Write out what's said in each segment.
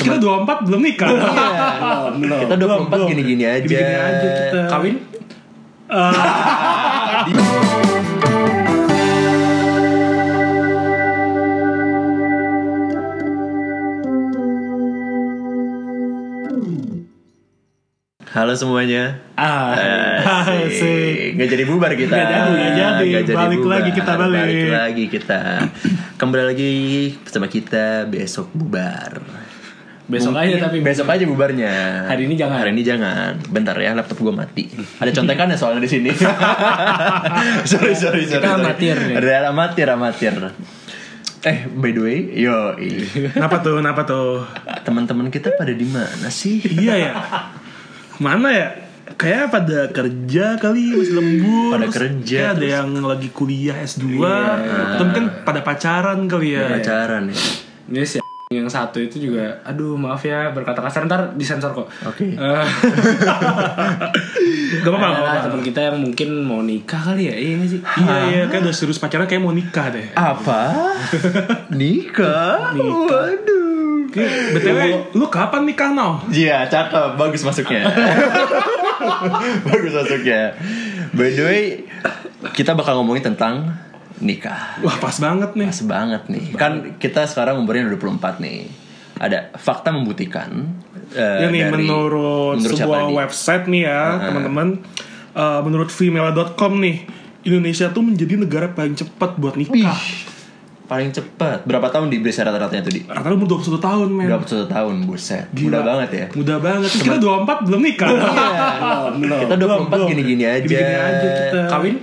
kita 24 belum nikah. Belum. Kita 24 gini-gini aja. Gini-gini aja kita. Kawin? Halo semuanya. Asik. Nggak jadi bubar kita. Nggak jadi. Balik bubar. lagi kita. Kembali lagi bersama kita besok bubar. Besok Mungkin aja tapi besok aja bubarnya. Hari ini jangan. Bentar ya, laptop gue mati. Ada contekannya soalnya di sini. sorry. Kita amatir nih. Ada amatir. By the way, Kenapa tuh? teman-teman kita pada di mana sih? Iya ya. Mana ya? Kayak pada kerja kali, masih lembur. Pada kerja, Ada yang lagi kuliah S2. Atau mungkin pada pacaran kali ya. Pacaran ya. Ini si yang satu itu juga, aduh maaf ya berkata kasar, ntar disensor kok. Oke. Gak apa-apa. Teman kita yang mungkin mau nikah kali ya, iya gak sih? Iya, kayak udah serius pacaran, kayak mau nikah deh. Apa? Nikah? Waduh. BTW, lu kapan nikah now? Iya, cakep, bagus masuknya. By the way, kita bakal ngomongin tentang nikah. Wah, pas banget nih. Pas banget nih. Kan kita sekarang umurnya 24 nih. Ada fakta membuktikan Ini menurut sebuah website nih ya, teman-teman. Menurut female.com nih, Indonesia tuh menjadi negara paling cepat buat nikah. Paling cepat. Berapa tahun di Indonesia rata-ratanya tuh, Di? Rata-rata umur 21 tahun, men. 21 tahun, buset. Gila. Mudah banget ya. Mudah banget. Kita 24 belum nikah. Belum. Kita 24 gini-gini aja. Gini-gini aja kita. Kawin?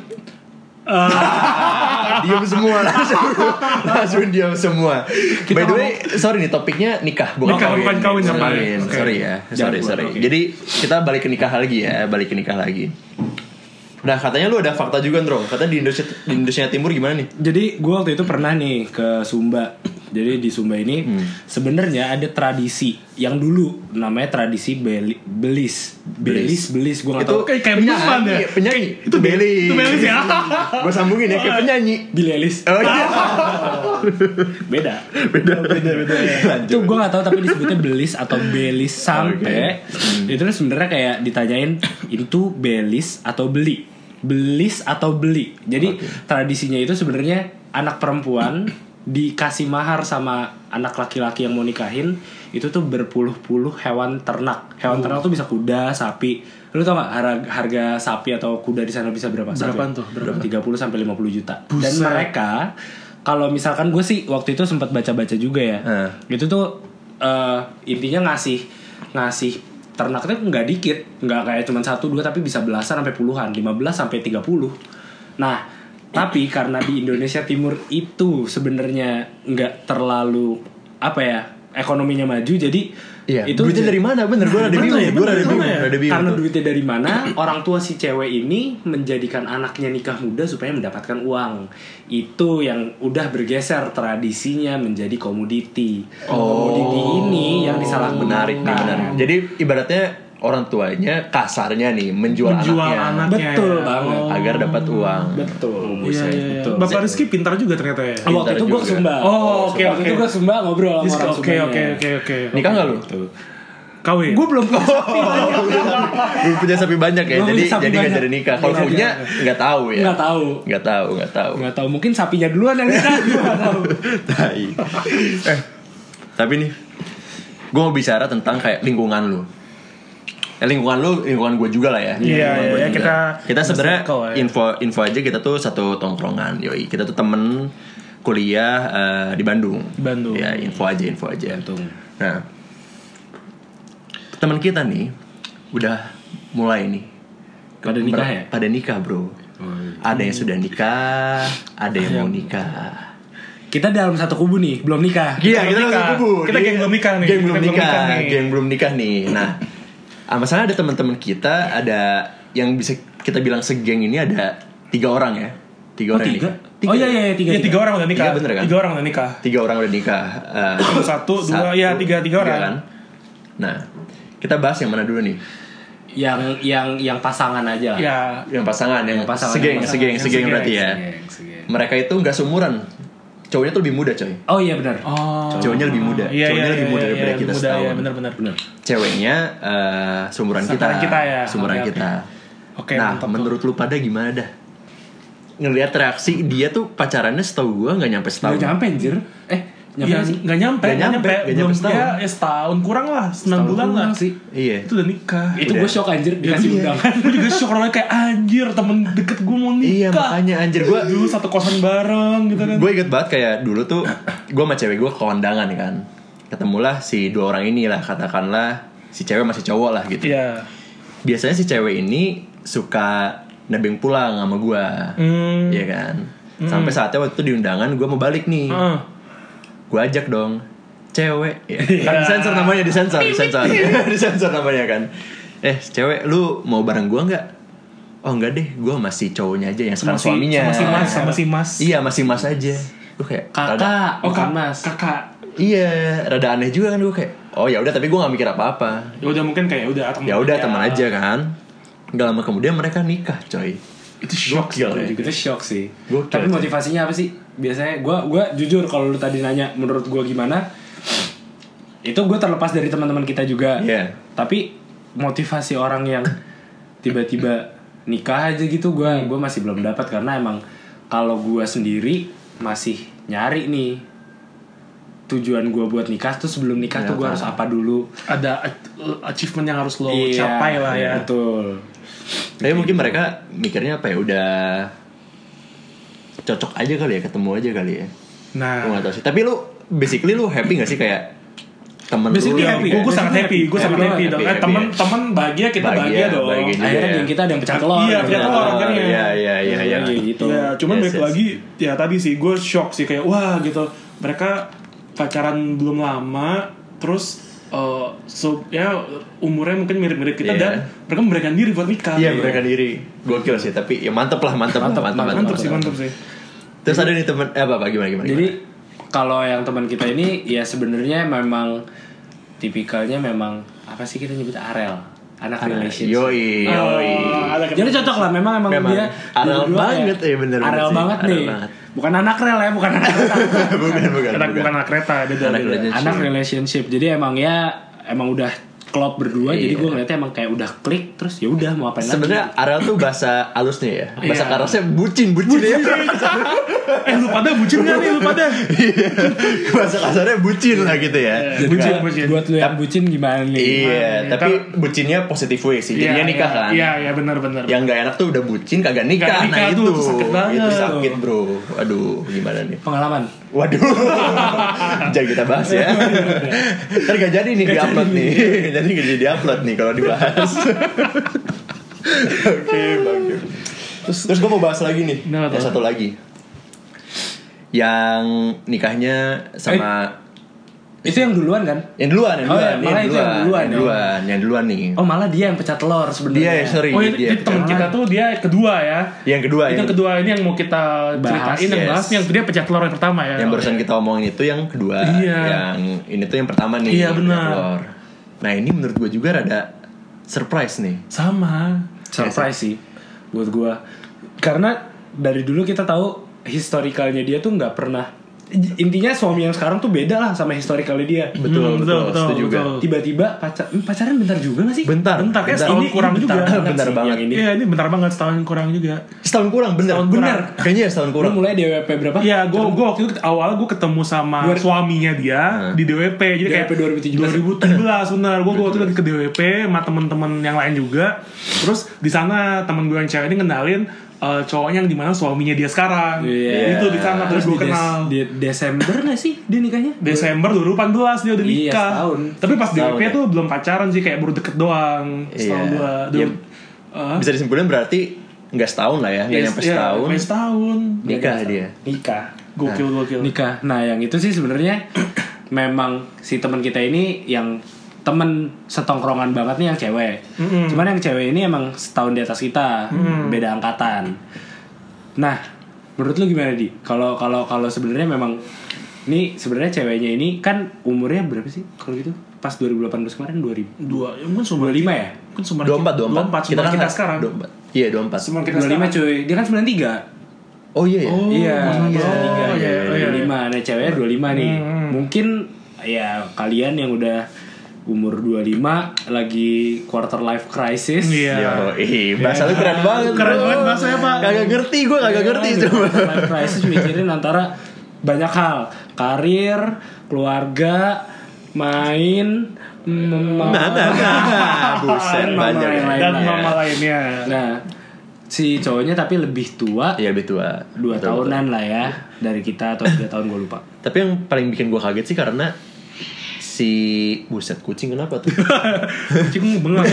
Diam semua langsung diam semua. By the way, sorry nih topiknya nikah bukan kawin. Sorry, Okay. sorry ya. Sorry. Okay. Jadi kita balik ke nikah lagi ya, Nah, katanya lu ada fakta juga, Ndrong. Katanya di Indonesia Timur gimana nih? Jadi gue waktu itu pernah nih ke Sumba. Jadi di Sumba ini sebenarnya ada tradisi yang dulu namanya tradisi belis. Gue nggak tahu. Kayak minuman ya. Penyanyi. Itu Belis. Itu Belis ya. Gue sambungin ya kayak penyanyi. Billie Eilish. Oh iya. Beda. Lanjut. Itu gue nggak tahu tapi disebutnya belis atau belis sampai itu sebenarnya kayak ditanyain itu belis atau beli. Belis atau beli. Jadi tradisinya itu sebenarnya anak perempuan dikasih mahar sama anak laki-laki yang mau nikahin itu tuh berpuluh-puluh hewan ternak. Hewan ternak tuh bisa kuda, sapi. Lu tau gak harga sapi atau kuda di sana bisa berapa? Berapaan tuh? 30 sampai 50 juta. Buset. Dan mereka kalau misalkan gue sih waktu itu sempat baca-baca juga ya. Itu tuh intinya ngasih ternaknya nggak dikit, nggak kayak cuma 1, 2 tapi bisa belasan sampai puluhan, 15 sampai 30. Nah, tapi karena di Indonesia Timur itu sebenarnya nggak terlalu ekonominya maju, jadi itu duitnya dari mana? Bener, gue ada bingung. Karena duitnya dari mana, orang tua si cewek ini menjadikan anaknya nikah muda supaya mendapatkan uang. Itu yang udah bergeser tradisinya menjadi komoditi. Komoditi ini yang disalahgunakan. Menarik. Jadi ibaratnya orang tuanya kasarnya nih menjual anaknya. Betul banget. Agar dapat uang. Betul. Iya. Bapak Rizky pintar juga ternyata ya. Waktu itu gue ke Sumba. Waktu itu gue ke Sumba ngobrol sama orang Sumbanya. Oke. Nikah nggak lu? Kawin. Gue belum punya sapi banyak. Belum punya sapi banyak ya. Jadi nggak jadi nikah. Kalau punya nggak tahu ya. Nggak tahu. Mungkin sapinya duluan yang nikah. Nggak tahu. Tapi nih, gue mau bicara tentang kayak lingkungan lu. Lingkungan gue juga lah ya. Iya, kita sebenarnya info aja, kita tuh satu tongkrongan. Yoi, kita tuh temen kuliah di Bandung. Ya, info aja. Nah, teman kita nih udah mulai nih pada nikah, bro. Ada yang sudah nikah, ada yang mau nikah. Kita dalam satu kubu nih, belum nikah. Iya, kita dalam satu kubu. Kita geng belum nikah nih. Geng belum nikah nih. Nah, masalah ada teman-teman kita, ada yang bisa kita bilang segeng ini ada 3 orang ya. 3 orang. Tiga? Oh iya, 3 orang udah nikah. 3 bener kan? 3 orang udah nikah. 3 orang udah nikah. 1, 2, ya 3 orang. Kan? Nah, kita bahas yang mana dulu nih? Yang pasangan aja. Yang pasangan, yang segeng berarti ya. Segeng. Mereka itu nggak seumuran cowoknya tuh lebih muda coy. Oh iya benar. Cowoknya lebih muda. Cowoknya lebih muda daripada kita setahun. Iya benar. Ceweknya seumuran kita. Seumuran kita. Oke, nah menurut lu pada gimana dah? Ngelihat reaksi dia tuh pacarannya setahu gue nggak nyampe setahun. Nggak nyampe anjir. Nggak nyampe belum setahun. Ya setahun kurang lah, 9 bulan lah sih. Iya. Itu udah nikah. Itu gue shock anjir dikasih undangan. Gue juga shock orangnya kayak anjir temen deket gue mau nikah. Iya makanya anjir gue dulu satu kosan bareng gitu kan. Gue inget banget kayak dulu tuh gue sama cewek gue ke kondangan kan. Ketemulah si 2 orang ini lah, katakanlah si cewek masih cowok lah gitu. Iya. Biasanya si cewek ini suka nebeng pulang sama gue, ya kan. Sampai saatnya waktu itu di undangan gue mau balik nih, gue ajak dong cewek, ya. Kan disensor namanya, disensor namanya kan. Cewek lu mau bareng gue nggak? Oh enggak deh, gue masih cowoknya aja yang sekarang suaminya. Sama si mas. Iya masih mas aja. Gue kayak kakak, mas. Kakak. Iya, rada aneh juga kan gue kayak. Oh ya udah, tapi gue nggak mikir apa-apa. Ya udah mungkin kayak udah teman aja kan. Gak lama kemudian mereka nikah coy. Itu shock sih. Itu shock sih. Gokil, tapi motivasinya apa sih? Biasanya gue jujur kalau lu tadi nanya menurut gue gimana, itu gue terlepas dari teman-teman kita juga. Tapi motivasi orang yang tiba-tiba nikah aja gitu gue masih belum dapat. Karena emang kalau gue sendiri masih nyari nih tujuan gue buat nikah tuh. Sebelum nikah tuh gue harus apa dulu, ada achievement yang harus lo capai lah ya. Betul. Tapi mungkin mereka mikirnya apa ya, udah cocok aja kali ya, ketemu aja kali ya. Nah, gue gak tau sih. Tapi lu basically lu happy gak sih kayak temen basically lu? Happy. Gue sangat happy. Gue sangat happy dong. Temen bahagia, kita bahagia dong. Akhirnya geng kita ada yang pecah telur. Iya, pecah telur akhirnya. Iya gitu. Ya, cuman balik lagi ya tadi sih gue shock sih kayak wah gitu. Mereka pacaran belum lama, terus ya umurnya mungkin mirip-mirip kita dan mereka memberikan diri buat nikah. Iya, memberikan diri. Gokil sih, tapi ya mantep sih. Terus ada nih teman apa gimana? Jadi kalau yang teman kita ini ya sebenarnya memang tipikalnya memang apa sih kita nyebut Arel, anak relationship. Yoi. Jadi cocok lah, memang dia Arel banget ya, bener. Arel banget nih. Bukan anak rel ya, bukan anak kereta. bukan anak kereta, beda. Anak relationship. Jadi emang udah klop berdua. Jadi gue ngeliatnya emang kayak udah klik, terus ya udah mau apain lagi. Sebenarnya Arel tuh bahasa halusnya ya. Bahasa karasnya bucin ya. Lu pada bucin gak nih lu pada? Bahasa kasarnya bucin lah gitu ya. Bucin. Buat lu yang bucin gimana nih? Iya, tapi bucinnya positive way sih. Jadinya nikah kan. Iya, benar. Yang gak enak tuh udah bucin kagak nikah. Nah itu sakit banget. Itu sakit bro. Aduh, gimana nih? Pengalaman. Waduh. Jangan kita bahas ya. Ntar gak jadi nih di-upload nih. Jadi gak jadi di-upload nih kalau dibahas. Oke, bagus. Terus gue mau bahas lagi nih. Yang satu lagi. Yang nikahnya sama itu yang duluan kan? Yang duluan nih. Oh malah dia yang pecah telur sebenarnya. Dia sorry. Oh ini teman kita tuh dia kedua ya. Yang kedua. Yang kedua ini yang mau kita ceritain yang bahas yang dia pecah telur yang pertama ya. Yang barusan kita omongin itu yang kedua. Yang ini tuh yang pertama nih. Iya benar. Nah ini menurut gue juga rada surprise nih. Sama. Surprise sih buat gue. Karena dari dulu kita tahu historikalnya dia tuh nggak pernah. Intinya suami yang sekarang tuh beda lah sama historikalnya dia. Betul. Tiba-tiba pacaran bentar juga gak sih? Bentar kayak setahun kurang juga. Bentar banget ini. Iya ini bentar banget, setahun kurang juga. Setahun kurang bener. Kayaknya setahun kurang. Lu mulai DWP berapa? Iya gue waktu itu awal gue ketemu sama suaminya dia di DWP. Jadi kayak 2017 benar. Gue waktu itu lagi ke DWP sama teman-teman yang lain juga. Terus di sana teman gue yang cewek ini ngenalin cowoknya yang dimana suaminya dia sekarang. Itu di sana terus gue kenal. Di Desember nggak sih dia nikahnya? Desember 2018 dia udah nikah. Setahun. Tapi pas DWP tuh belum pacaran sih, kayak baru deket doang. Bisa disimpulin berarti nggak setahun lah ya, nggak nyampe setahun. Setahun. Nikah. Gokil. Nikah. Nah yang itu sih sebenarnya memang si teman kita ini yang temen setongkrongan banget nih yang cewek. Cuman yang cewek ini emang setahun di atas kita, beda angkatan. Nah, menurut lu gimana Di? Kalau sebenarnya memang ini sebenarnya ceweknya ini kan umurnya berapa sih? Kalau gitu pas 2018 kemarin 2002. Mungkin 25 ya? Mungkin 24. Kita sekarang. 24. Iya, 24. 25 cuy. Dia kan 93. Oh iya. Iya. 25. Nah ceweknya 25 nih. Mungkin ya kalian yang udah umur 25 lagi quarter life crisis. Iya. Bahasa lu keren banget. Keren banget bahasanya, Pak. Kagak ngerti, gue kagak ngerti coba. Quarter life crisis mikirin antara banyak hal, karir, keluarga, main, buset banyak dan mama lainnya. Nah, si cowoknya tapi lebih tua. Iya, lebih tua. 2 tahunan lah ya dari kita atau 3 tahun gue lupa. Tapi yang paling bikin gue kaget sih karena si buset kucing kenapa tuh? Kucing bengang.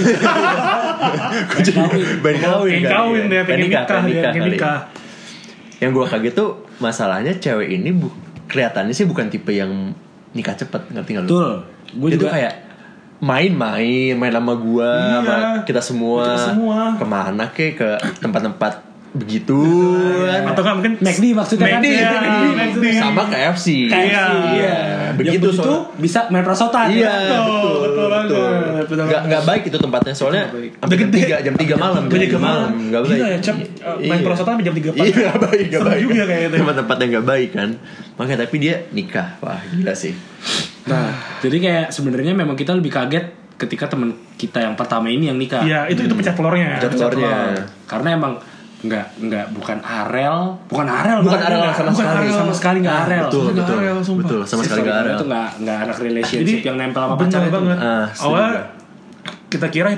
Kucing pengen kawin dia pengen nikah. Yang gue kaget tuh masalahnya cewek ini kelihatannya sih bukan tipe yang nikah cepet, ngerti nggak lu? Betul. Gue juga kayak main sama gue, sama kita semua. Kemana ke tempat-tempat begitu kan? Atau kan mungkin McD maksudnya McD. Sama KFC. Iya. Begitu tuh bisa main prosotan. Iya, betul. Gak baik itu tempatnya soalnya sampai jam 3 malam. Gak baik. Gila ya, main prosotan jam 3 pagi. Iya, gak baik. Juga kayaknya. Tempat-tempat yang gak baik kan. Makanya tapi dia nikah. Wah, gila sih. Nah, jadi kayak sebenarnya memang kita lebih kaget ketika teman kita yang pertama ini yang nikah. Iya, itu pecah telurnya. Karena emang bukan Arel sama sekali nggak Arel. Betul, sama sekali nggak Arel. Itu nggak anak relationship yang nempel sama pacar itu. Awalnya gue kira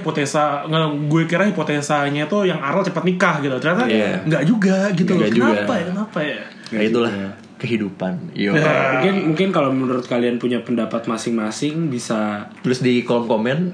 hipotesanya tuh yang Arel cepat nikah gitu. Ternyata nggak juga gitu. Kenapa ya? Nah, itulah kehidupan. Mungkin kalau menurut kalian punya pendapat masing-masing bisa tulis di kolom komen.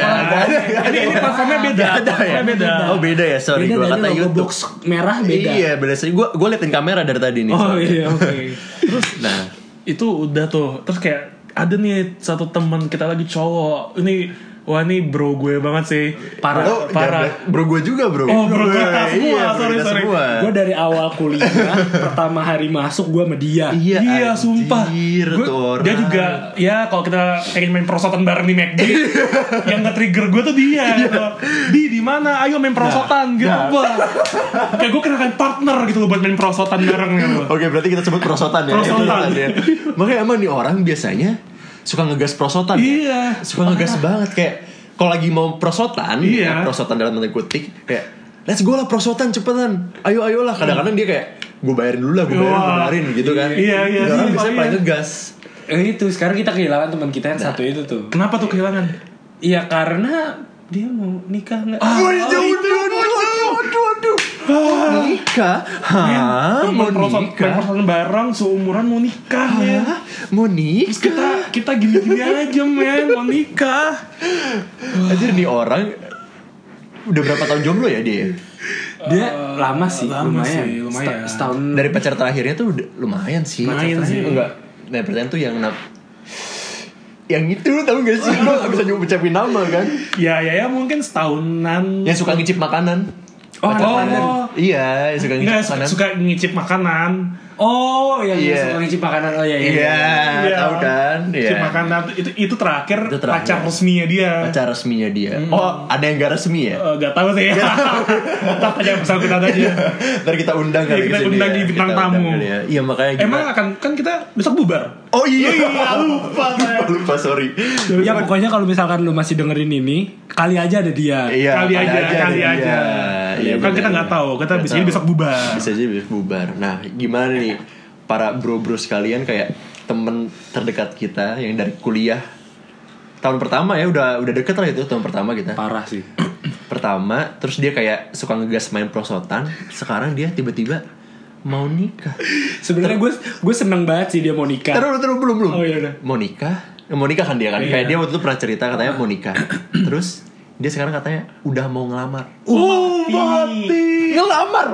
Ini platformnya beda. Oh beda ya, sorry. Gue kata YouTube box merah beda. Iya beda sih. Gue liatin kamera dari tadi nih. Oh iya oke. Terus nah itu udah tuh. Terus kayak ada nih satu teman kita lagi cowok. Ini bro gue banget sih. Parah. Bro gue juga bro. Oh bro kita semua. Sorry. Gue dari awal kuliah pertama hari masuk gue sama dia. Iya sumpah. Dia juga ya kalau kita pengen main prosotan bareng di McD, yang nge-trigger gue tuh dia. Di mana? Ayo main prosotan gitu. Kayak gue kenakan partner gitu loh buat main prosotan bareng gitu. Oke, berarti kita sebut prosotan ya. Prosotan. Makanya emang nih orang biasanya suka ngegas prosotan. Iya. Suka ngegas banget kayak kalau lagi mau prosotan, prosotan dalam tanda kutip kayak let's go lah prosotan cepetan. Ayolah. Kadang-kadang dia kayak gue bayarin dulu lah, gue bayarin gitu kan. Iya. Orang bisa paling ngegas. Itu sekarang kita kehilangan teman kita yang satu itu tuh. Kenapa tuh kehilangan? Iya karena dia mau nikah nggak? Waduh. Nikah? Mau nikah? Bareng seumuran mau nikah ya? Mau nikah? Kita gini-gini aja men, mau nikah. Anjir nih orang udah berapa tahun jomblo ya dia? Dia lama sih, lumayan. Setahun dari pacar terakhirnya tuh udah lumayan sih. Enggak. Nah, pertanyaan tuh yang itu tahu gak sih? Lo gak bisa ngucapin nama kan? Ya mungkin setahunan. Yang suka ngicip makanan. Iya, suka ngicip makanan. Suka ngicip makanan. Iya, tahu kan? Ngicip makanan itu terakhir pacar resminya dia. Oh, ada yang gak resmi ya? Gak tahu sih. Entar aja pesan kita aja. Ntar kita undang kali. Kita undang di bintang tamu. Iya, makanya. Emang kan kita besok bubar. Oh iya, lupa sorry. Ya pokoknya kalau misalkan lu masih dengerin ini, kali aja ada dia. Iya, kali aja. Iya, kan kita nggak tahu, kita bisa besok bubar. Bisa aja besok bubar. Nah, gimana nih para bro sekalian kayak temen terdekat kita yang dari kuliah tahun pertama ya udah deket lah itu tahun pertama kita. Parah sih. Pertama, terus dia kayak suka ngegas main prosotan. Sekarang dia tiba-tiba mau nikah. Sebenarnya gue seneng banget sih dia mau nikah. Terus belum. Oh iya udah. Mau nikah kan dia kan. Kayak dia waktu itu pernah cerita katanya mau nikah. Terus dia sekarang katanya udah mau ngelamar. Mati. Ngelamar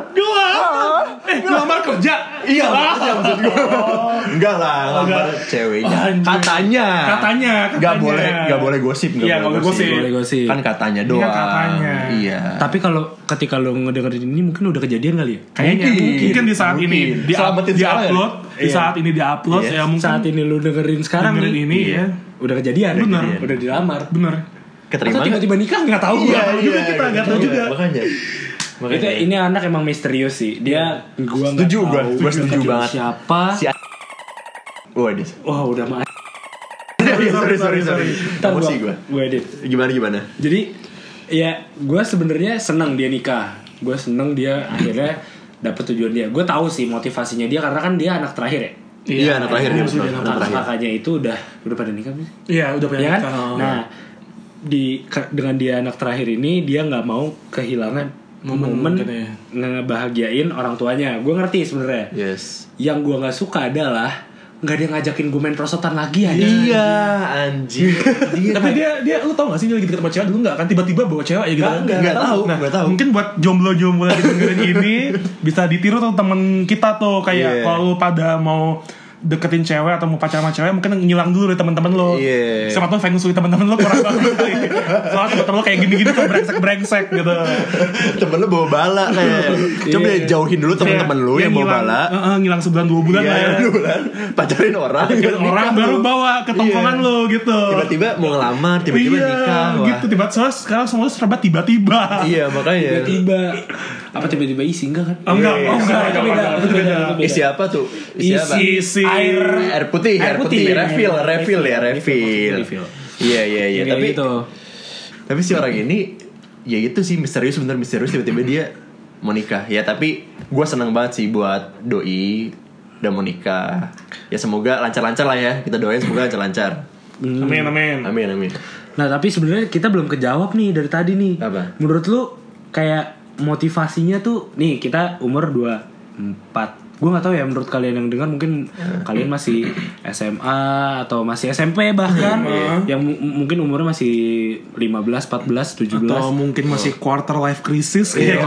kerja. Iya, maksud gue. Enggak lah, ngelamar ceweknya. Katanya. Enggak boleh gosip, enggak boleh gosip. Kan katanya doang. Iya. Tapi kalau ketika lo ngedengerin ini mungkin udah kejadian kali ya? Kayaknya mungkin di saat ini di saat ini di-upload ya mungkin saat ini lo dengerin sekarang ini ya. Udah kejadian. Bener. Udah dilamar. Bener. Atau tiba-tiba nikah nggak tahu. Nggak tahu juga kita nggak tahu juga. Makanya Itu ini anak emang misterius sih. Dia gua setuju banget. Siapa? Waduh. Wah, udah mah. Sorry. Emosi gue. Gue edit. Gimana? Jadi ya gue sebenarnya senang dia nikah. Gue senang dia akhirnya dapet tujuan dia. Gue tahu sih motivasinya dia karena kan dia anak terakhir ya. Iya, anak terakhir dia. Kakaknya itu udah pada nikah sih. Iya, udah pada nikah. Kan? Nah, dengan dia anak terakhir ini dia nggak mau kehilangan momen ngebahagiain orang tuanya. Gue ngerti sebenarnya. Yes. Yang gue nggak suka adalah nggak dia ngajakin gue main prosotan lagi aja. Iya, anjir. Tapi dia lu tau gak sih dia lagi deket sama cewek dulu nggak kan tiba-tiba bawa cewek ya gitu? Nggak tahu. Mungkin buat jomblo-jomblo yang dengerin ini bisa ditiru tuh temen kita tuh kayak kalau lu pada mau deketin cewek atau mau pacaran sama cewek mungkin ngilang dulu dari teman-teman lo. Siapa tuh feng shui teman-teman lo kurang banget. Soalnya teman lo kayak gini-gini tuh brengsek gitu. Temen lo bawa bala kayak. Coba jauhin dulu teman-teman lo yang bawa bala. Ngilang sebulan 2 bulan lah ya. 2 bulan. Pacarin orang baru bawa ke tongkongan lo gitu. Tiba-tiba mau ngelamar, tiba-tiba nikah. Gitu tiba-tiba sekarang semua serba tiba-tiba. Iya, makanya. Tiba-tiba. Apa tiba-tiba isi enggak kan? Enggak. Itu beda. Isi apa tuh? Isi air putih. Refill. Iya. Tapi si orang ini ya itu sih misterius tiba-tiba dia mau nikah. Ya tapi gue seneng banget sih buat doi udah mau nikah. Ya semoga lancar-lancar lah ya. Kita doain semoga lancar-lancar. Amin. Nah tapi sebenarnya kita belum kejawab nih dari tadi nih. Apa? Menurut lu kayak motivasinya tuh nih kita umur 24. Gue gak tahu ya menurut kalian yang dengar mungkin kalian masih SMA atau masih SMP bahkan yang mungkin umurnya masih 15, 14, 17 atau mungkin masih quarter life crisis kita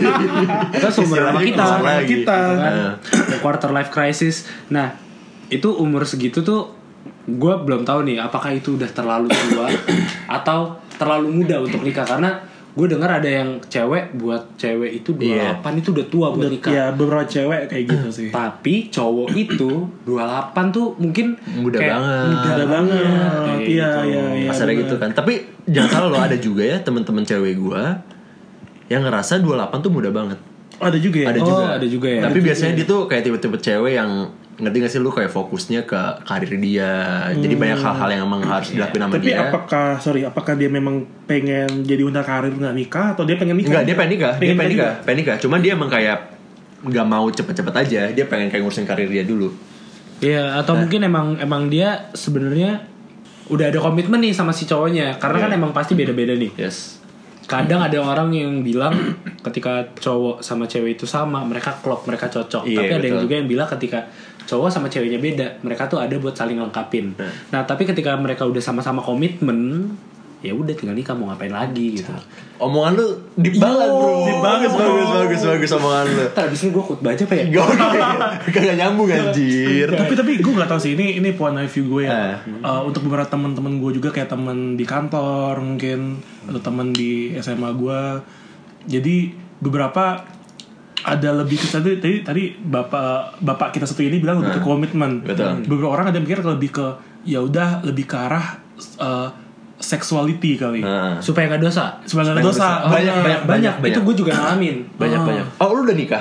sumber sama kita kan? Quarter life crisis. Nah itu umur segitu tuh gue belum tahu nih apakah itu udah terlalu tua atau terlalu muda untuk nikah karena gue dengar ada yang buat cewek itu 28 itu udah tua buat nikah. Iya, beberapa cewek kayak gitu sih. Tapi cowok itu 28 tuh mungkin muda banget. Iya. Pas ada gitu kan. Tapi jangan salah loh, ada juga ya teman-teman cewek gue yang ngerasa 28 tuh muda banget. Ada juga ya? Ada juga ya. Tapi biasanya dia tuh kayak tipe-tipe cewek yang ngerti gak sih lu kayak fokusnya ke karir dia. Jadi banyak hal-hal yang emang harus dilakuin sama dia. Tapi apakah dia memang pengen jadi undang karir gak nikah atau dia pengen nikah? Enggak, dia pengen nikah. Cuman dia emang kayak gak mau cepet-cepet aja. Dia pengen kayak ngurusin karir dia dulu. Iya, atau mungkin emang dia sebenarnya udah ada komitmen nih sama si cowoknya. Karena kan emang pasti beda-beda nih. Yes. Kadang ada orang yang bilang ketika cowok sama cewek itu sama, mereka klop, mereka cocok. Tapi ada yang juga yang bilang ketika cowok sama ceweknya beda, mereka tuh ada buat saling lengkapin. Nah, tapi ketika mereka udah sama-sama komitmen, ya udah tinggal nikah mau ngapain lagi gitu. Omongan lu deep banget, bro. Bagus omongan lu. Ntar abis ini gue khutbah aja apa ya? Kagak nyambung anjir. Tapi gue nggak tahu sih ini point of view gue ya. Untuk beberapa teman-teman gue juga kayak teman di kantor mungkin atau teman di SMA gue. Jadi beberapa ada lebih ke tadi bapak kita satu ini bilang lebih ke komitmen. Betul. Beberapa orang ada yang mikir lebih ke ya udah lebih ke arah sexuality kali. Supaya nggak dosa. Banyak. Itu gue juga ngalamin. Banyak. Oh, lu udah nikah?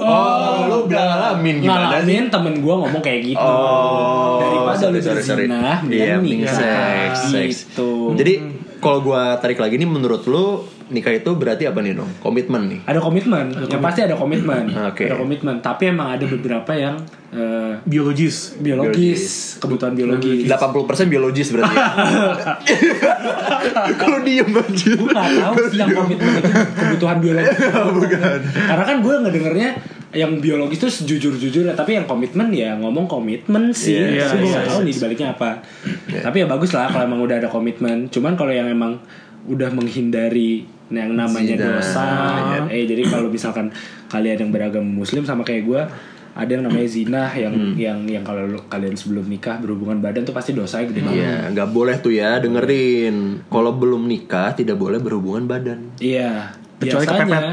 Lu bilang ngalamin gimana sih? Ngalamin temen gue ngomong kayak gitu. Daripada lu berzinah, mending seks. Gitu. Jadi kalau gue tarik lagi nih, menurut lu nikah itu berarti apa nih dong? Komitmen nih? Ada komitmen. Yang pasti ada komitmen. Okay. Ada komitmen. Tapi emang ada beberapa yang biologis, kebutuhan biologis. 80% biologis berarti. Kok diem anjir? Gue gak tahu sih yang komitmen itu kebutuhan biologis. Bukan. Karena kan gue ngedengernya yang biologis tuh sejujur-jujurnya, tapi yang komitmen ya ngomong komitmen sih. Gue gak tahu nih dibaliknya apa. Tapi ya bagus lah kalau emang udah ada komitmen. Cuman kalau yang emang udah menghindari yang namanya dosa, jadi kalau misalkan kalian yang beragama Muslim sama kayak gue, ada yang namanya zina yang kalau kalian sebelum nikah berhubungan badan tuh pasti dosanya gede banget. Iya, nggak boleh tuh ya, dengerin. Kalau belum nikah tidak boleh berhubungan badan. Iya. Kecuali kepepet.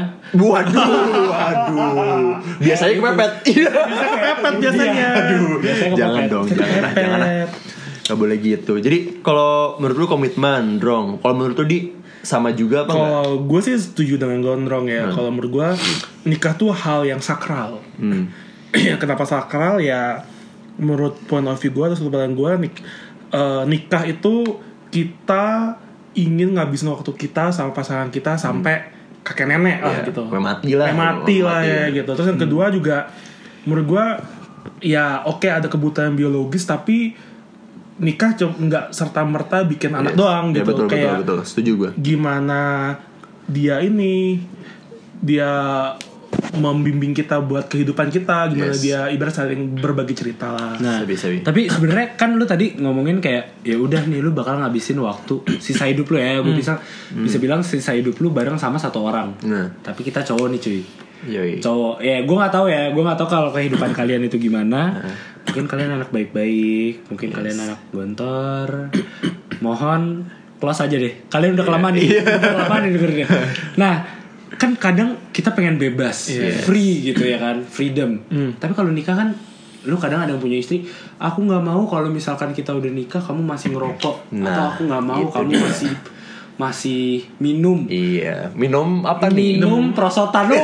Waduh. Biasanya kepepet. Biasanya. Jangan dong, jangan. Gak boleh gitu. Jadi kalau menurut lu komitmen, Drong. Kalau menurut lu sama juga apa? Kalau gue sih setuju dengan Gondrong ya. Kalau menurut gue nikah tuh hal yang sakral. Kenapa sakral ya? Menurut point of view gue atau sudut pandang gue, nikah itu kita ingin ngabisin waktu kita sama pasangan kita sampai kakek nenek lah gitu. Mati lah ya gitu. Terus yang kedua juga menurut gue ya oke, ada kebutuhan biologis, tapi nikah nggak serta merta bikin anak doang gitu. Betul, kayak betul, setuju gue. Gimana dia membimbing kita buat kehidupan kita, gimana dia ibarat saling berbagi cerita lah. Nah, tapi sebenarnya kan lu tadi ngomongin kayak ya udah nih lu bakal ngabisin waktu sisa hidup lu ya, gue bisa bilang sisa hidup lu bareng sama satu orang. Tapi kita cowok nih cuy. Cowok ya, gue nggak tahu kalau kehidupan kalian itu gimana. Mungkin kalian anak baik-baik, mungkin kalian anak gontor. Mohon close aja deh, kalian udah kelamaan nih, dengerin. Nah, kan kadang kita pengen bebas, free gitu ya kan, freedom. Tapi kalau nikah kan, lu kadang ada yang punya istri, aku nggak mau kalau misalkan kita udah nikah kamu masih ngerokok, atau aku nggak mau kamu masih minum. Iya, minum apa nih? Minum prosotan lu.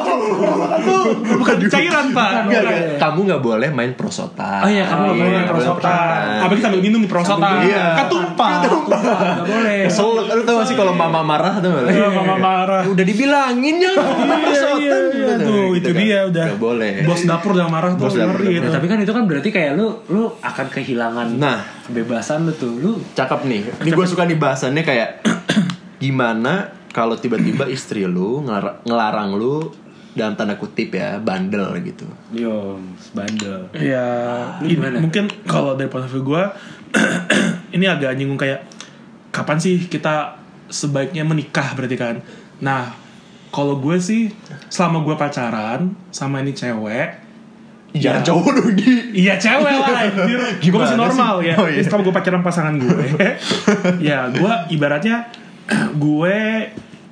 Bukan cairan Pak. Kamu nggak boleh main prosotan. Oh iya, kamu nggak boleh main prosotan. Apalagi sambil minum di prosotan. Ketumpah. Nggak boleh. Kesel, lu tau gak sih kalau mama marah tuh? Iya, mama marah. Udah dibilangin ya prosotan. Tuh, itu dia udah. Nggak boleh. Bos dapur yang marah tuh. Tapi kan itu kan berarti kayak lu akan kehilangan kebebasan lu tuh. Lu cakep nih. Ini gue suka nih bahasannya kayak gimana kalau tiba-tiba istri lu ngelarang lu dalam tanda kutip ya bandel gitu. Yo, bandel. Ya, mungkin kalau dari point of view gue ini agak nyinggung kayak kapan sih kita sebaiknya menikah berarti kan. Nah, kalau gue sih selama gue pacaran sama ini cewek, jangan cowok dong. Iya cewek lah. Gue masih normal ya. Setelah gue pacaran pasangan gue, ya gue ibaratnya gue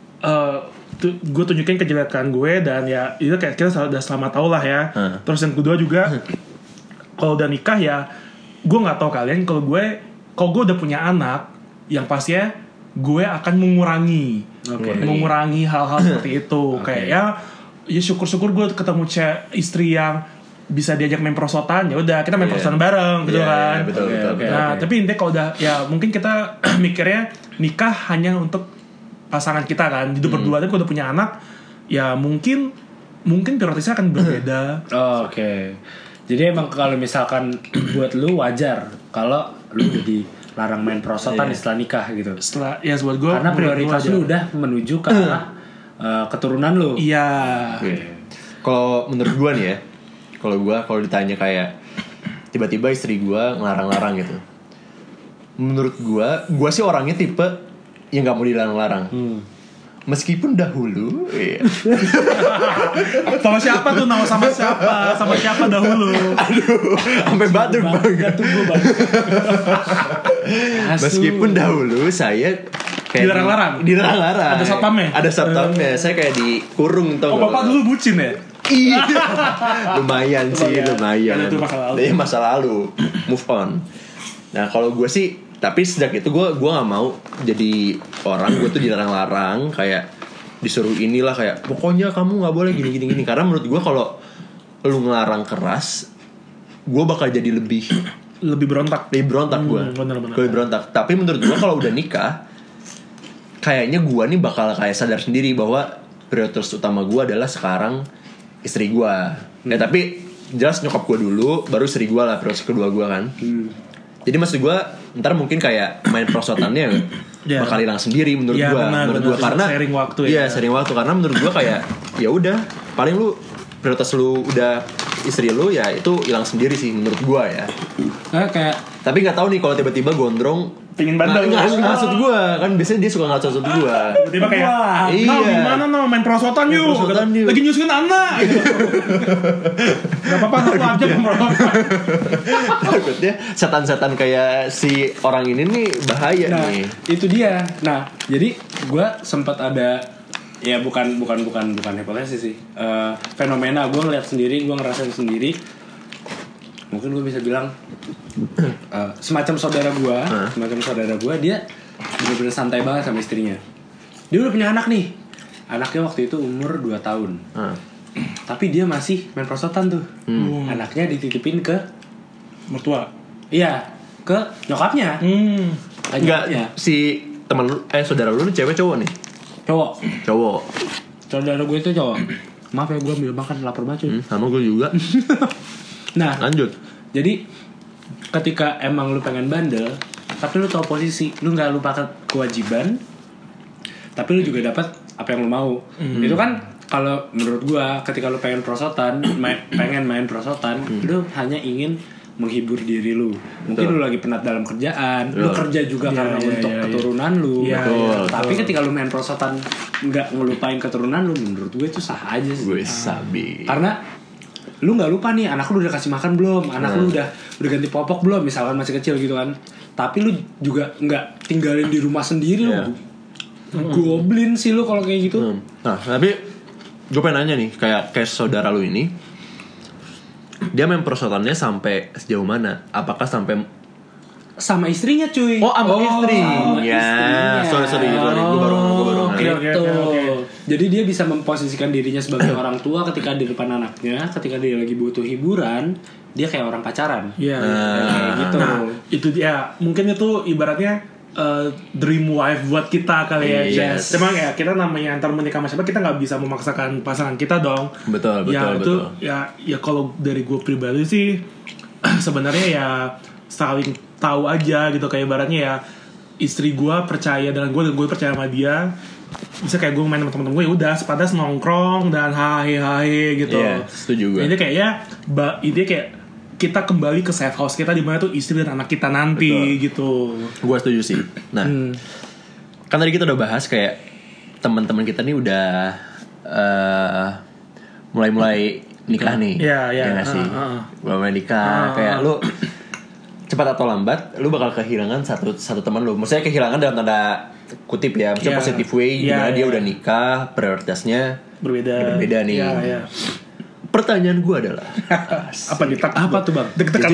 tunjukin kejelekan gue, dan ya itu kayak kita udah selama tau lah ya. Terus yang kedua juga kalau udah nikah ya, gue nggak tahu kalian, kalau gue udah punya anak, yang pastinya gue akan mengurangi hal-hal seperti itu. Kayak ya syukur-syukur gue ketemu istri yang bisa diajak main prosotan, ya udah kita main prosotan bareng gitu kan. Betul. Nah, tapi intinya kalau udah ya mungkin kita mikirnya nikah hanya untuk pasangan kita kan, hidup berdua. Tapi kalau udah punya anak, ya mungkin prioritasnya akan berbeda. Oke. Jadi emang kalau misalkan buat lu wajar kalau lu udah dilarang main prosotan setelah nikah gitu. Buat gue, karena prioritas lu udah menuju ke arah keturunan lu. Iya. Kalau menurut gue nih ya, kalau ditanya kayak tiba-tiba istri gue ngelarang-larang gitu, menurut gue sih orangnya tipe yang nggak mau dilarang-larang. Meskipun dahulu sama siapa tuh, sama siapa dahulu. Aduh, sampai batuk banget. Meskipun dahulu saya kayak dilarang-larang. Ada satpamnya. Saya kayak dikurung tau. Bapak dulu bucin ya? Iya. lumayan. Itu masa lalu. Move on. Nah, kalau gue sih, tapi sejak itu gue nggak mau jadi orang gue tuh dilarang-larang, kayak disuruh inilah, kayak pokoknya kamu nggak boleh gini. Karena menurut gue kalau lu ngelarang keras, gue bakal jadi lebih berontak gue. Lebih berontak. Tapi menurut gue kalau udah nikah, kayaknya gue nih bakal kayak sadar sendiri bahwa prioritas utama gue adalah sekarang istri gue. Ya tapi jelas nyokap gue dulu, baru istri gue lah prioritas kedua gue kan. Jadi maksud gue ntar mungkin kayak main prosotannya bakal hilang sendiri menurut gue. Karena sharing waktu sharing waktu. Karena menurut gue kayak ya udah, paling lu prioritas lu udah istri lu, ya itu hilang sendiri sih menurut gue ya. Tapi nggak tahu nih kalau tiba-tiba Gondrong pengen bandel. Maksud gue kan biasanya dia suka ngaco gue. Tiba-tiba kayak gimana main prosotan yuk. Lagi nyusuin anak. Gak apa-apa, aku aja pemrosotan. Takutnya setan-setan kayak si orang ini nih bahaya nih. Itu dia. Nah, jadi gue sempat ada, ya bukan hipotesis sih, fenomena gue ngeliat sendiri, gue ngerasain sendiri. Mungkin gue bisa bilang semacam saudara gue, dia bener-bener santai banget sama istrinya. Dia udah punya anak nih. Anaknya waktu itu umur 2 tahun. Tapi dia masih main prosotan tuh. Anaknya dititipin ke mertua. Iya, ke nyokapnya. Enggak, si teman lu saudara lu nih cewek cowok nih? Cowok. Saudara gue itu cowok. Maaf ya, gue ambil makan, lapar banget cuy. Sama gue juga. Nah, lanjut. Jadi ketika emang lu pengen bandel, tapi lu tahu posisi, lu nggak lupa kewajiban, tapi lu juga dapat apa yang lu mau. Itu kan kalau menurut gue, ketika lu pengen prosotan, pengen main prosotan, lu hanya ingin menghibur diri lu. Mungkin lu lagi penat dalam kerjaan, lu kerja juga karena untuk keturunan lu. Tapi ketika lu main prosotan nggak ngelupain keturunan lu, menurut gue itu sah aja sih. Gue sabi. Karena lu nggak lupa nih, anak lu udah kasih makan belum, anak lu udah ganti popok belum, misalkan masih kecil gitu kan. Tapi lu juga nggak tinggalin di rumah sendiri lu. Goblin sih lu kalau kayak gitu. Nah, tapi gue pengen nanya nih, kayak saudara lu ini, dia main prosotannya sampai sejauh mana? Apakah sampai sama istrinya cuy? Sama istri. Ya, sorry, gue baru. Oke. Jadi dia bisa memposisikan dirinya sebagai orang tua ketika di depan anaknya, ketika dia lagi butuh hiburan, dia kayak orang pacaran. Iya. Gitu. Nah, itu dia. Mungkin itu ibaratnya dream wife buat kita kali ya. Yes. Memang ya kita namanya antar menikah sama siapa, kita nggak bisa memaksakan pasangan kita dong. Betul. Itu ya kalau dari gue pribadi sih sebenarnya ya saling tahu aja gitu, kayak ibaratnya ya istri gue percaya dengan gue percaya sama dia. Bisa kayak gue main sama temen-temen gue, ya udah sepadas nongkrong dan hahe gitu. Setuju gue. Ini kayaknya ini kayak kita kembali ke safe house kita, di mana tuh istri dan anak kita nanti. Betul. Gitu. Gue setuju sih. Nah, kan tadi kita udah bahas kayak teman-teman kita nih udah mulai nikah nih. Iya nggak sih. Mulai nikah. Kayak lu cepat atau lambat lu bakal kehilangan satu teman lu. Maksudnya kehilangan dalam tanda kutip ya, maksudnya positive way, dimana dia udah nikah, prioritasnya berbeda nih. Pertanyaan gue adalah apa tuh bang? Deg-degan.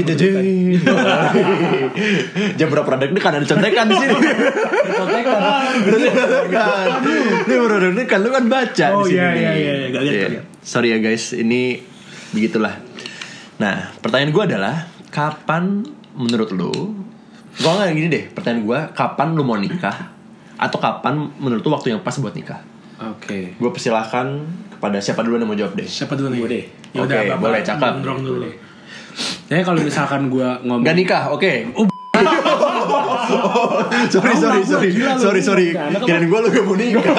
Jam berapa deg-degan? Ada contekan di sini. Contekan. Ini baru deg-degan, lu kan baca di sini. Iya. Gak lihat. Sorry ya guys, ini begitulah. Nah, pertanyaan gue adalah kapan menurut lu? Gue nggak gini deh. Pertanyaan gue, kapan lu mau nikah? Atau kapan menurut lu waktu yang pas buat nikah? Oke. Gue persilahkan kepada siapa dulu yang mau jawab deh. Siapa dulu nih? Gue deh. Oke, boleh cakap. Gondrong dulu. Jadi kalau misalkan gue ngomong gak nikah, oke. Sorry. Kirain gue lu gak mau nikah.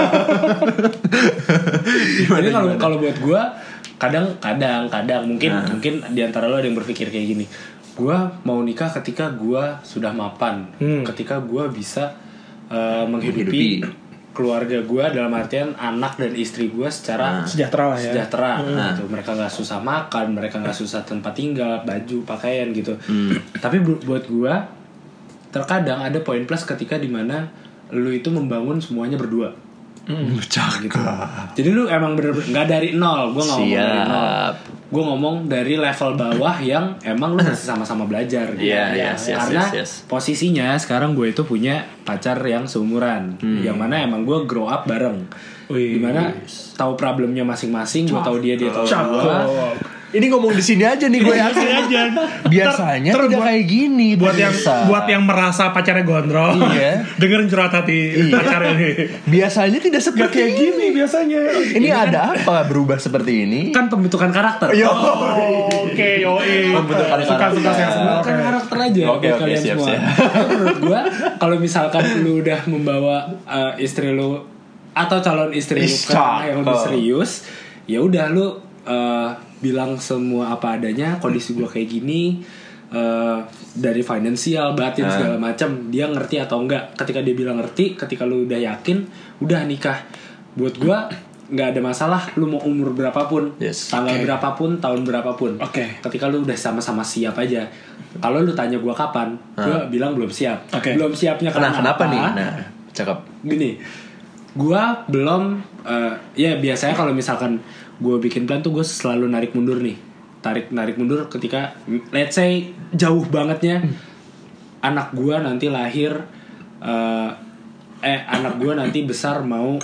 Jadi kalau buat gue kadang mungkin diantara lo ada yang berpikir kayak gini. Gue mau nikah ketika gue sudah mapan, ketika gue bisa menghidupi keluarga gue, dalam artian anak dan istri gue secara sejahtera lah ya. Gitu. Mereka nggak susah makan, mereka nggak susah tempat tinggal, baju, pakaian gitu. Tapi buat gue terkadang ada poin plus ketika dimana lu itu membangun semuanya berdua. Cakep. Gitu. Jadi lu emang bener-bener nggak dari nol. Gue nggak ngomong dari nol. Gue ngomong dari level bawah yang emang lu masih sama-sama belajar. Gitu. Karena posisinya sekarang gue itu punya pacar yang seumuran, yang mana emang gue grow up bareng. Dimana tahu problemnya masing-masing. Gue tahu dia tahu gue. Ini ngomong di sini aja nih gue yakin aja. Biasanya tidak kayak gini. Buat yang merasa pacarnya gondrong. Iya. Dengerin curhat hati pacarnya nih. Biasanya tidak seperti kayak gini biasanya. Ini ada apa berubah seperti ini? Kan pembentukan karakter. Oke, pembentukan karakter aja. Oke, kalian semua. Menurut gue, kalau misalkan lu udah membawa istri lu atau calon istri lu yang lebih serius, ya udah lu bilang semua apa adanya, kondisi gue kayak gini, dari finansial, batin segala macam, dia ngerti atau enggak. Ketika dia bilang ngerti, ketika lu udah yakin, udah nikah. Buat gue nggak ada masalah lu mau umur berapapun, tanggal berapapun, tahun berapapun. Ketika lu udah sama-sama siap aja. Kalau lu tanya gue kapan, gue bilang belum siap. Belum siapnya kenapa nih? Nah, cakep. Gini, gue belum ya biasanya kalau misalkan gue bikin plan tuh gue selalu narik mundur nih, narik mundur ketika let's say jauh bangetnya anak gue nanti lahir anak gue nanti besar mau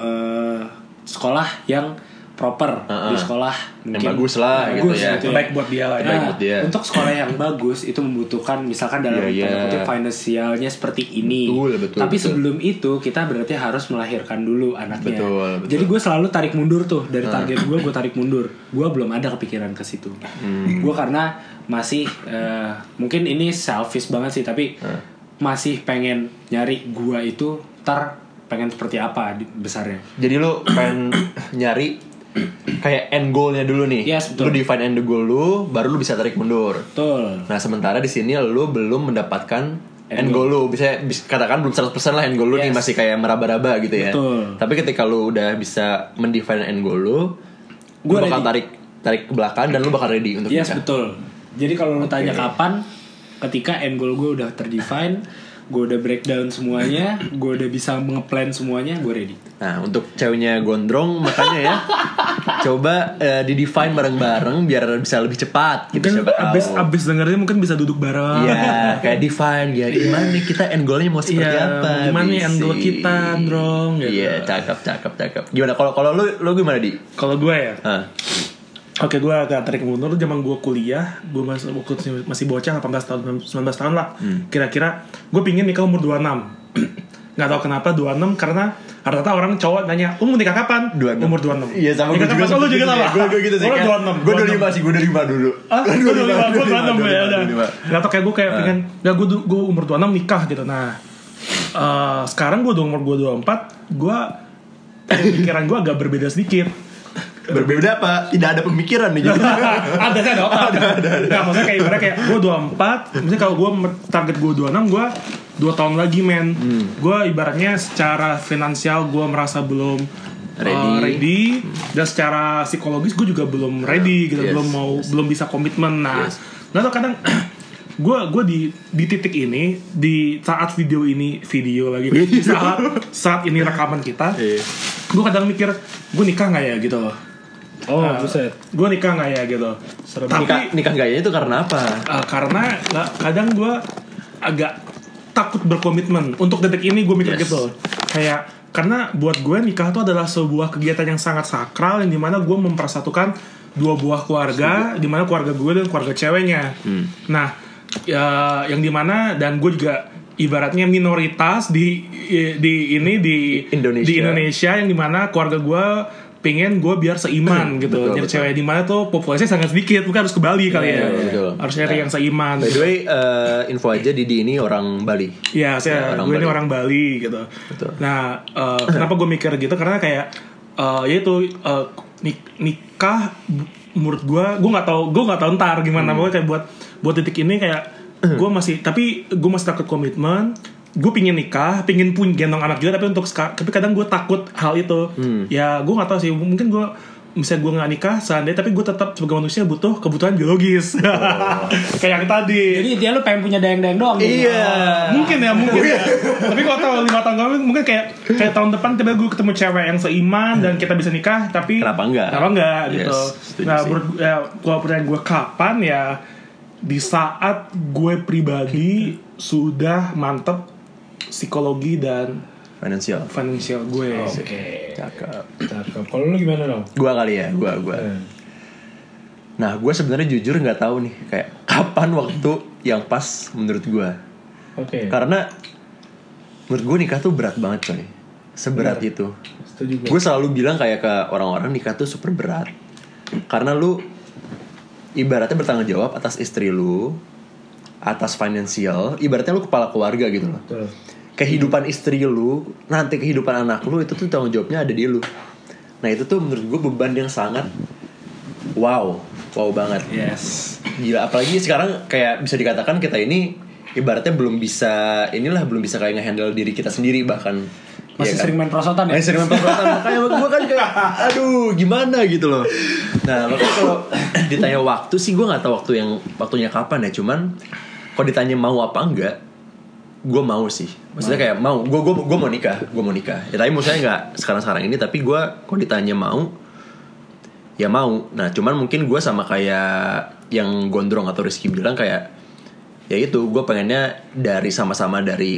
sekolah yang proper, di sekolah mungkin yang bagus lah gitu ya. Baik buat dia lah. Nah, untuk sekolah yang bagus itu membutuhkan misalkan dalam tanda kutip finansialnya seperti ini. Betul, tapi betul. Sebelum itu kita berarti harus melahirkan dulu anaknya. Betul. Jadi gue selalu tarik mundur tuh dari target gue tarik mundur. Gue belum ada kepikiran ke situ. Gue karena masih mungkin ini selfish banget sih, tapi masih pengen nyari gue itu pengen seperti apa besarnya. Jadi lu pengen nyari kayak end goalnya dulu nih. Yes, betul. Lu define end goal lu, baru lu bisa tarik mundur. Betul. Nah sementara di sini lu belum mendapatkan end goal lu. Bisa katakan belum 100% lah end goal lu nih, masih kayak meraba-raba gitu ya. Betul. Tapi ketika lu udah bisa mendefine end goal lu bakal tarik ke belakang dan lu bakal ready untuk nikah. Betul. Jadi kalau lu tanya kapan, ketika end goal gue udah terdefine, gue udah breakdown semuanya, gue udah bisa nge-plan semuanya, gue ready. Nah untuk ceweknya gondrong makanya ya coba di-define bareng-bareng biar bisa lebih cepat gitu. Siapa tahu abis dengernya mungkin bisa duduk bareng. Iya kayak define ya gimana nih kita end goalnya mau seperti apa, gimana nih end goal kita Drong gitu. Iya cakep. Gimana kalau lu gimana Di? Kalau gue ya Oke, gue agak tarik mundur. Zaman gue kuliah, gue masih bocah 18 tahun, 19 tahun lah. Kira-kira gue pingin nikah umur 26. Gak tau kenapa 26, karena rata-rata orang cowok nanya, mau nikah kapan? 26. Umur 26. Iya sama gue juga. Lu juga sama? Gue gitu sih. Gue 26. Gue 25 sih, gue 25 dulu. Gue 26 ya udah. Gak tau kayak gue pengen, gue umur 26 nikah gitu. Nah, sekarang gue umur 24, pikiran gue agak berbeda sedikit. Berbeda apa? Tidak ada pemikiran nih. Ada Nggak, maksudnya kayak ibaratnya kayak gue 24. Maksudnya kalau gue target gue 26, gue 2 tahun lagi men. Gue ibaratnya secara finansial gue merasa belum ready. Dan secara psikologis gue juga belum ready gitu. Belum bisa komitmen. Nah nggak tau kadang gue di titik ini, di saat video lagi di saat ini rekaman kita, gue kadang mikir gue nikah nggak ya gitu. Buset. Gue nikah nggak ya gitu. Tapi nikah nggak ya itu karena apa? Karena kadang gue agak takut berkomitmen. Untuk detik ini gue mikir gitu. Kayak karena buat gue nikah itu adalah sebuah kegiatan yang sangat sakral, yang dimana gue mempersatukan 2 buah keluarga, dimana keluarga gue dan keluarga ceweknya. Nah, yang dimana dan gue juga ibaratnya minoritas di Indonesia, yang dimana keluarga gue pengen gue biar seiman gitu. Nyari cewek di mana tuh populasinya sangat sedikit, bukan harus ke Bali kali ya. Harus nyari yang seiman. By the way, info aja Didi ini orang Bali. Iya, gue ini orang Bali gitu. Betul. Nah, kenapa gue mikir gitu? Karena kayak yaitu nikah menurut gue nggak tahu ntar gimana. Pokoknya kayak buat titik ini kayak gue masih takut komitmen. Gue pingin nikah, pingin gendong anak juga, tapi kadang gue takut hal itu. Ya gue nggak tahu sih, mungkin misalnya gue nggak nikah seandainya, tapi gue tetap sebagai manusia butuh kebutuhan biologis. Kayak yang tadi. Jadi dia lu pengen punya dayang-dayang doang. Iya. Mungkin ya. Tapi kalau tahu 5 tahun kemudian mungkin kayak tahun depan tiba-tiba gue ketemu cewek yang seiman dan kita bisa nikah, tapi kenapa enggak gitu. Nah, kalau pertanyaan gue kapan ya, di saat gue pribadi sudah mantep psikologi dan financial gue. Oke. Cakep. Kalau lu gimana dong? Gua kali ya, gua. Nah, gue sebenarnya jujur nggak tahu nih kayak kapan waktu yang pas menurut gue. Karena menurut gue nikah tuh berat banget coy. Seberat itu. Gue selalu bilang kayak ke orang-orang nikah tuh super berat. Karena lu ibaratnya bertanggung jawab atas istri lu, atas finansial, ibaratnya lu kepala keluarga gitu loh. Kehidupan istri lu, nanti kehidupan anak lu, itu tuh tanggung jawabnya ada di lu. Nah itu tuh menurut gue beban yang sangat wow banget. Yes. Gila, apalagi sekarang kayak bisa dikatakan kita ini ibaratnya belum bisa kayak nge-handle diri kita sendiri, bahkan masih sering main perosotan ya? Masih sering main perosotan. Makanya gue kan kayak aduh gimana gitu loh. Nah makanya kalau ditanya waktu sih, gue gak tahu waktunya kapan ya. Cuman kalau ditanya mau apa enggak, gue mau sih. Maksudnya kayak mau, gue mau nikah. Ya tapi maksudnya nggak sekarang ini, tapi gue kalau ditanya mau, ya mau. Nah cuman mungkin gue sama kayak yang Gondrong atau Rizky bilang kayak, ya itu gue pengennya dari sama-sama dari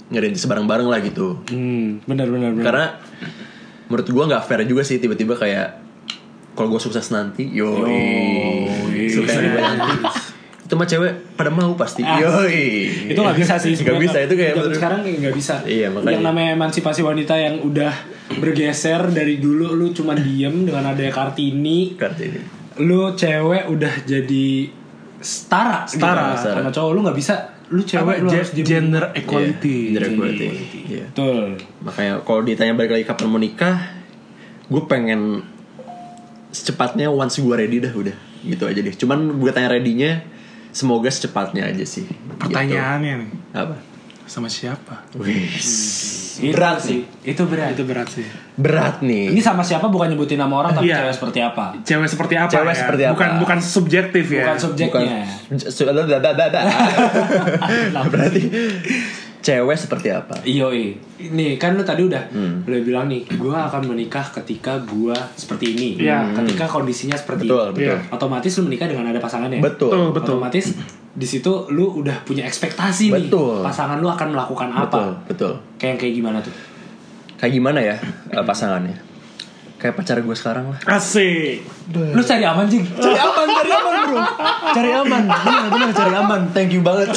ngerintis bareng-bareng lah gitu. Benar. Karena menurut gue nggak fair juga sih tiba-tiba kayak kalau gue sukses nanti, sukses nanti. Itu mah cewek pada mau pasti. Itu nggak bisa sih. Nggak bisa itu kayak sekarang nggak bisa. Iya, makanya. Yang namanya emansipasi wanita yang udah bergeser dari dulu lu cuma diem dengan adanya Kartini. Lu cewek udah jadi setara. Sama cowok lu nggak bisa. Lu cewek lu harus gender equality. Gender equality. Yeah. Betul. Makanya kalau ditanya balik lagi kapan mau nikah, gue pengen secepatnya once gue ready dah udah gitu aja deh. Cuman gue tanya ready-nya semoga secepatnya aja sih. Pertanyaannya gitu. Nih. Apa? Sama siapa? Berat sih. Itu berat sih. Berat nih. Ini sama siapa bukan nyebutin nama orang tapi cewek seperti apa? Cewek seperti apa? Bukan subjektif ya. Bukan subjeknya. Berarti cewek seperti apa? Iya. Nih kan lu tadi udah bilang nih, gue akan menikah ketika gue seperti ini. Ketika kondisinya seperti ini. Otomatis lu menikah dengan ada pasangannya. Betul. Otomatis di situ lu udah punya ekspektasi nih. Pasangan lu akan melakukan apa? Betul. Kayak gimana tuh? Kayak gimana ya pasangannya? Kayak pacar gue sekarang lah. Asik. Lu cari aman Jing. Cari aman bro. Cari aman. Bener cari aman. Thank you banget.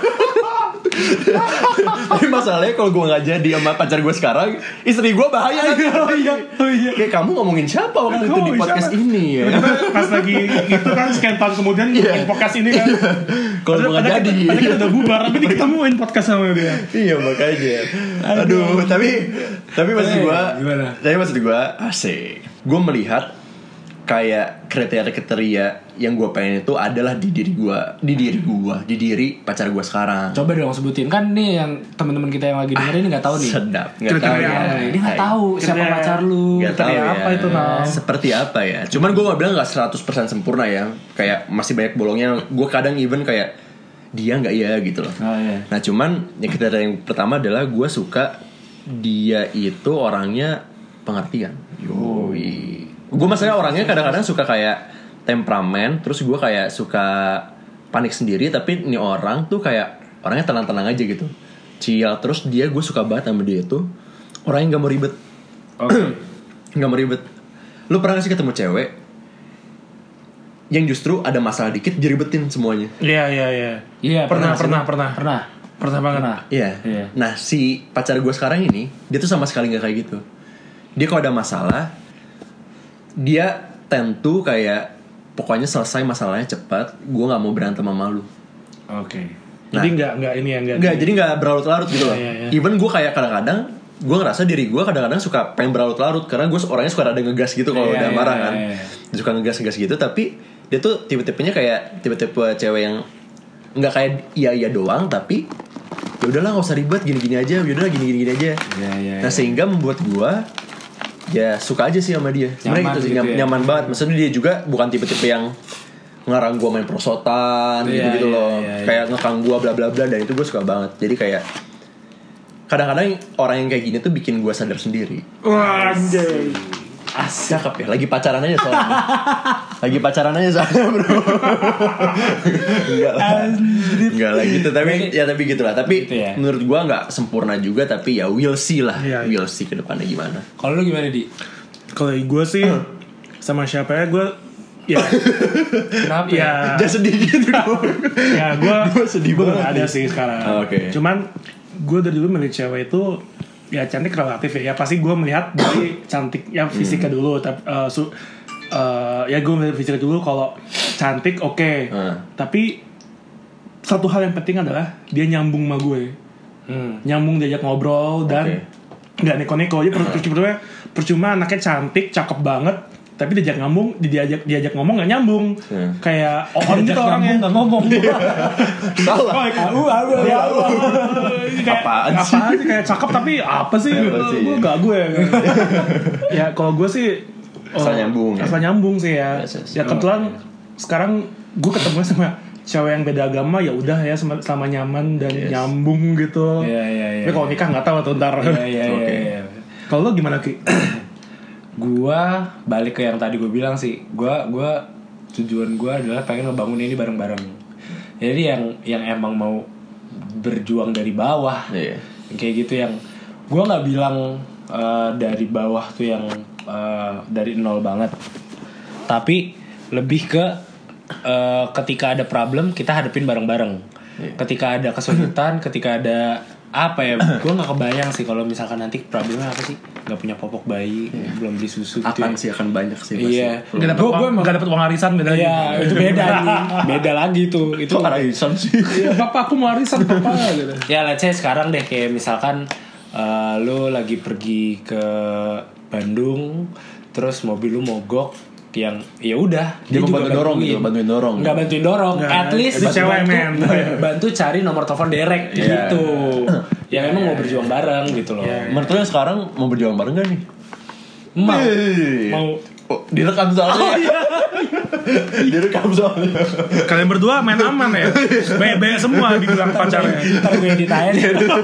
Tapi masalahnya kalau gue gak jadi sama pacar gue sekarang, istri gue bahaya. Iya. Kayak kamu ngomongin siapa waktu itu di podcast ini ya? Pas lagi itu kan sekian tahun kemudian ngomongin podcast ini kan. Kalau gue gak jadi, padahal kita udah bubar, tapi diketemuin podcast sama dia. Iya makanya. Aduh, tapi maksud gue, asik. Gue melihat kayak kriteria yang gue pengen itu adalah di diri pacar gue sekarang. Coba dong sebutin, kan nih yang teman-teman kita yang lagi dengerin ini nggak tahu nih. Sedap, nggak tahu ya. Ini nggak tahu siapa pacar lu. Nggak tahu apa itu seperti apa ya. Cuman gue nggak bilang nggak 100% sempurna ya. Kayak masih banyak bolongnya. Gue kadang even kayak dia nggak ya gitu loh. Nah cuman yang kriteria yang pertama adalah gue suka dia itu orangnya pengertian. Gue maksudnya orangnya kadang-kadang suka kayak temperamen, terus gue kayak suka panik sendiri, tapi ini orang tuh kayak orangnya tenang-tenang aja gitu, chill. Terus gue suka banget sama dia tuh orangnya nggak mau ribet. Nggak mau ribet. Lu pernah gak sih ketemu cewek yang justru ada masalah dikit diribetin semuanya? Iya. Pernah banget. Iya. Nah si pacar gue sekarang ini dia tuh sama sekali nggak kayak gitu. Dia kalau ada masalah dia tentu kayak pokoknya selesai masalahnya cepat. Gue nggak mau berantem sama lu. Oke. Jadi jadi nggak berlarut-larut gitu loh. Even gue kayak kadang-kadang gue ngerasa diri gue kadang-kadang suka pengen berlarut-larut karena gue orangnya suka ada ngegas gitu kalau udah marah kan. Suka ngegas gitu, tapi dia tuh tipe-tipenya kayak tipe-tipe cewek yang nggak kayak iya doang, tapi ya udahlah nggak usah ribet, gini-gini aja, yaudah gini aja. Nah sehingga membuat gue ya suka aja sih sama dia. Sebenarnya gitu sih, nyaman banget. Maksudnya dia juga bukan tipe-tipe yang ngarang gue main prosotan gitu loh. Kayak ngekang gue bla bla bla, dan itu gue suka banget. Jadi kayak kadang-kadang orang yang kayak gini tuh bikin gue sadar sendiri. Wah, anjay. Cakep ya. Lagi pacaran aja soalnya bro. Enggak lah gitu. Tapi gitulah. Tapi gitu ya. Menurut gue gak sempurna juga, tapi ya we'll see lah. We'll see ke depannya gimana. Kalau lu gimana Di? Kalau gue sih sama siapa ya gue ya. Kenapa ya? Jangan sedih gitu dong. Ya gue sedih banget ada sih sekarang. Cuman gue dari dulu milih cewek itu ya cantik relatif ya pasti gue melihat dari cantik ya fisiknya dulu. Tapi ya gue melihat fisiknya dulu. Kalau cantik oke. Tapi satu hal yang penting adalah dia nyambung sama gue. Nyambung, diajak ngobrol dan nggak neko-neko aja. Percuma anaknya cantik cakep banget tapi diajak ngomong nggak nyambung. Kayak on gitu orangnya nggak ngomong. Salah. Apaan sih kayak cakep tapi apa sih? Gak gue. Ya kalau gue sih asal nyambung sih ya. Ya kebetulan sekarang gue ketemu sama cewek yang beda agama, ya udah ya sama nyaman dan nyambung gitu. Tapi kalau nikah nggak tahu tuh ntar. Kalau lo gimana Ki? Gua balik ke yang tadi gue bilang sih. Gua tujuan gue adalah pengen ngebangun ini bareng-bareng. Jadi yang emang mau berjuang dari bawah, kayak gitu yang gue nggak bilang dari bawah tuh yang dari nol banget, tapi lebih ke ketika ada problem kita hadapin bareng-bareng. Ketika ada kesulitan, ketika ada apa ya, gue nggak kebayang sih kalau misalkan nanti problemnya apa sih, nggak punya popok bayi, belum beli susu gitu akan ya. sih akan banyak sih iya, nggak dapet uang arisan beda lagi. Iya, itu beda nih, beda lagi tuh. Itu arisan sih. Iya, papa aku mau arisan papa gitu. Ya let's say sekarang deh kayak misalkan lo lagi pergi ke Bandung, terus mobil lo mogok, yang ya udah dia mau bantuin dorong, nggak bantuin dorong, at least bantu cari nomor telepon derek gitu. Ya memang mau berjuang bareng gitu loh. Menurut lo yang sekarang mau berjuang bareng gak nih? Mau direkam soalnya. Direkam soalnya. Kalian berdua main aman ya. Banyak semua dibilang pacarnya. Ntar gue editain.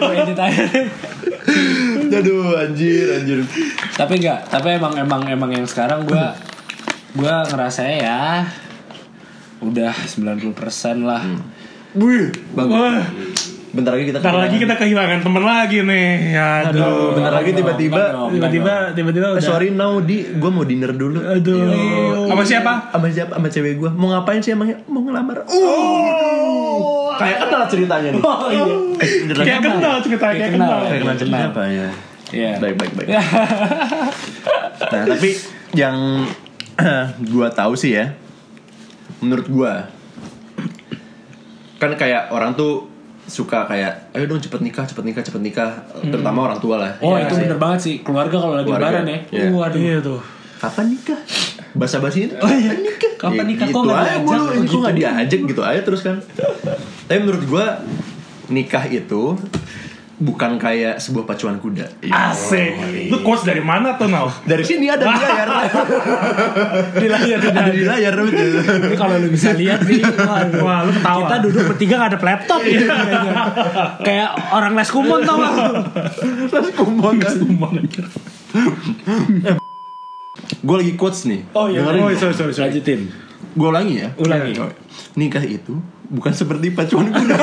Aduh anjir. Tapi emang yang sekarang gue ngerasanya ya udah 90% lah. Wih, bagus. Bentar lagi kita kehilangan temen lagi nih. Aduh. Bentar lagi tiba-tiba udah. Sorry now gue mau dinner dulu. Aduh. Sama siapa? Sama cewek gue. Mau ngapain sih emangnya? Mau ngelamar. Kayak kenal ceritanya nih. Kayak kenal apa ya? Iya. Baik. Nah, tapi yang gue tahu sih ya, menurut gue kan kayak orang tuh suka kayak ayo dong cepet nikah terutama orang tua lah. Itu bener banget sih, keluarga kalau lagi lebaran ya. Waduh iya tuh. Kapan nikah? Basa-basiin. Kapan nikah? Kok nggak diajak gitu aja terus kan. Tapi menurut gue nikah itu bukan kayak sebuah pacuan kuda. Asik. Itu quotes dari mana tuh Nal? Dari sini ada di layar. Ada di layar betul. Ini kalau lu bisa lihat nih, wah lu ketawa. Kita duduk bertiga gak ada laptop ya. Kayak orang les kumon tau gak? Les kumon anjir. Gue lagi quotes nih. Oh iya. Sorry. Lanjutin. Gue ulangi ya. Nikah itu bukan seperti pacuan kuda.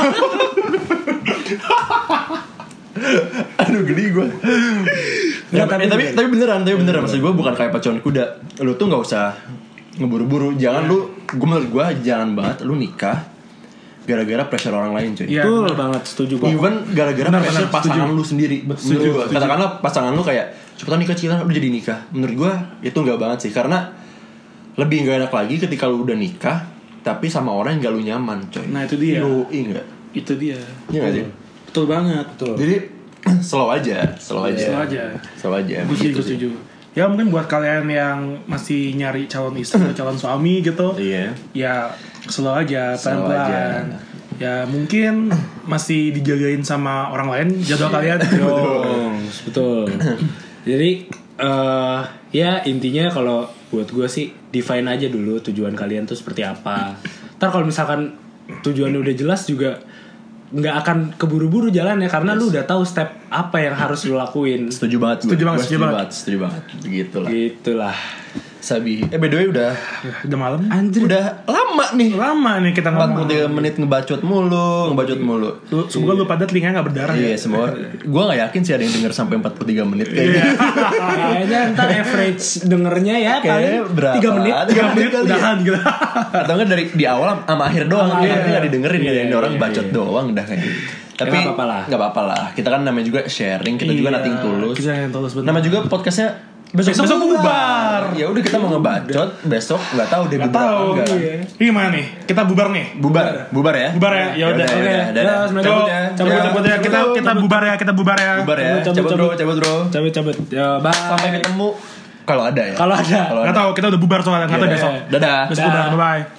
Aduh gede gue. Tapi beneran maksud gue bukan kayak pacuan kuda. Lu tuh nggak usah ngeburu-buru. Jangan menurut gue jangan banget lu nikah gara-gara pressure orang lain cuy. Betul banget, setuju banget. Even gara-gara pressure pasangan lu sendiri. Setuju. Katakanlah pasangan lu kayak cepetan nikah Cila, udah jadi nikah. Menurut gue itu nggak banget sih, karena lebih nggak enak lagi ketika lu udah nikah tapi sama orang yang gak lu nyaman coy. Nah itu dia. Enggak. Itu dia. Iya gak sih? Betul banget. Jadi slow aja. Gue setuju. Ya mungkin buat kalian yang masih nyari calon istri atau calon suami gitu. Iya. Ya slow aja, pelan-pelan. Ya mungkin masih dijagain sama orang lain jadwal kalian. Betul. Jadi ya intinya kalau buat gue sih define aja dulu tujuan kalian tuh seperti apa. Ntar kalau misalkan tujuannya udah jelas juga nggak akan keburu-buru jalan ya, karena lu udah tahu step apa yang harus lu lakuin. Setuju banget. Gitulah. Sabi. By the way udah malam. Anjir. Udah lama nih kita ngomong. 43 menit ngebacot mulu. Semoga lu pada telinga enggak berdarah. Iya, semua. Gua enggak yakin sih ada yang denger sampai 43 menit kayaknya. Kayaknya ntar average dengernya ya paling 3 menit. 3 menit kali udahan ya. Gila. Atau enggak dari di awal sama akhir doang. Enggak didengerin kayak ini orang bacot doang udah kayak gitu. Tapi enggak apa-apa lah. Kita kan namanya juga sharing, kita juga nothing tulus. Nama juga podcastnya Besok bubar. Ya udah kita mau ngebacot besok nggak tahu deh bubar apa enggak. Gimana nih? Kita bubar nih. Bubar ya. Bubar ya. Ya udah. Cabut ya. Kita bubar ya. Bubar ya. Cabut. Ya, bye. Sampai ketemu kalau ada ya. Kalau ada. Enggak tahu, kita udah bubar soalnya, enggak tahu besok. Dadah. Besok bubar. Bye.